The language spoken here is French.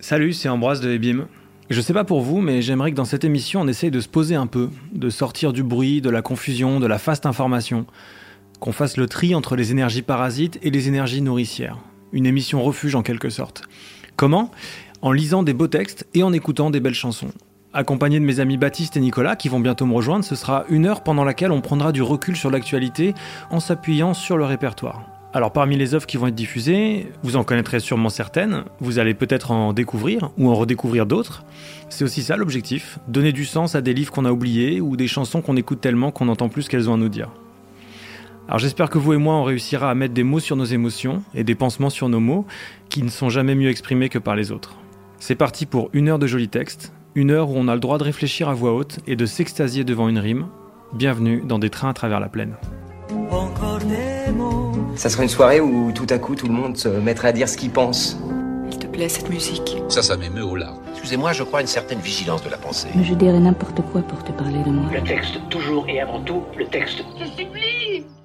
Salut, c'est Ambroise de Ebim. Je sais pas pour vous, mais j'aimerais que dans cette émission, on essaye de se poser un peu, de sortir du bruit, de la confusion, de la faste information. Qu'on fasse le tri entre les énergies parasites et les énergies nourricières. Une émission refuge en quelque sorte. Comment ? En lisant des beaux textes et en écoutant des belles chansons. Accompagné de mes amis Baptiste et Nicolas qui vont bientôt me rejoindre, ce sera une heure pendant laquelle on prendra du recul sur l'actualité en s'appuyant sur le répertoire. Alors parmi les œuvres qui vont être diffusées, vous en connaîtrez sûrement certaines, vous allez peut-être en découvrir ou en redécouvrir d'autres. C'est aussi ça l'objectif, donner du sens à des livres qu'on a oubliés ou des chansons qu'on écoute tellement qu'on n'entend plus ce qu'elles ont à nous dire. Alors j'espère que vous et moi on réussira à mettre des mots sur nos émotions et des pansements sur nos mots qui ne sont jamais mieux exprimés que par les autres. C'est parti pour une heure de jolis textes, une heure où on a le droit de réfléchir à voix haute et de s'extasier devant une rime. Bienvenue dans Des trains à travers la plaine. Ça serait une soirée où tout à coup tout le monde se mettrait à dire ce qu'il pense. Il te plaît cette musique? Ça m'émeut aux larmes. Excusez-moi, je crois à une certaine vigilance de la pensée. Mais je dirais n'importe quoi pour te parler de moi. Le texte, toujours et avant tout, le texte. Je supplie.